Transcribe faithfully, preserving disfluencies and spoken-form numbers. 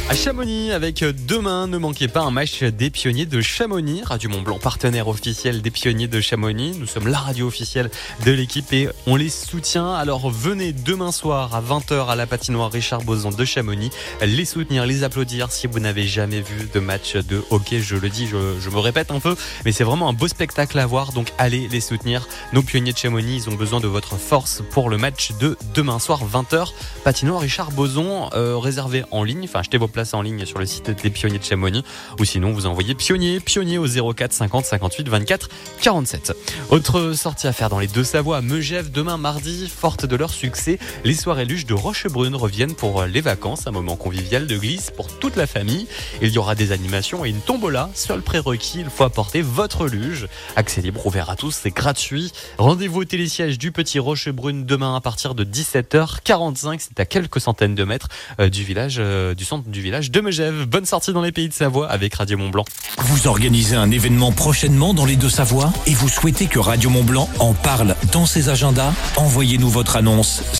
À Chamonix, avec demain, ne manquez pas un match des pionniers de Chamonix. Radio Mont-Blanc, partenaire officiel des pionniers de Chamonix. Nous sommes la radio officielle de l'équipe et on les soutient. Alors venez demain soir à vingt heures à la patinoire Richard Boson de Chamonix. Les soutenir, les applaudir si vous n'avez jamais vu de match de hockey. Je le dis, je, je me répète un peu, mais c'est vraiment un beau spectacle à voir. Donc allez les soutenir. Nos pionniers de Chamonix, ils ont besoin de votre force pour le match de demain soir, vingt heures. Patinoire Richard Boson, euh, réservé en ligne. Enfin, achetez vos places en ligne sur le site des pionniers de Chamonix ou sinon vous envoyez pionnier pionnier au zéro quatre cinquante cinquante-huit vingt-quatre quarante-sept. Autre sortie à faire dans les Deux-Savoies à Megève demain mardi, forte de leur succès, les soirées luges de Rochebrune reviennent pour les vacances, un moment convivial de glisse pour toute la famille. Il y aura des animations et une tombola. Seul prérequis, il faut apporter votre luge. Accès libre, ouvert à tous, c'est gratuit. Rendez-vous au télésiège du Petit Rochebrune demain à partir de dix-sept heures quarante-cinq. C'est à quelques centaines de mètres euh, du village, euh, du centre du village de Megève. Bonne sortie dans les Pays de Savoie avec Radio Mont-Blanc. Vous organisez un événement prochainement dans les Deux-Savoies et vous souhaitez que Radio Mont-Blanc en parle dans ses agendas? Envoyez-nous votre annonce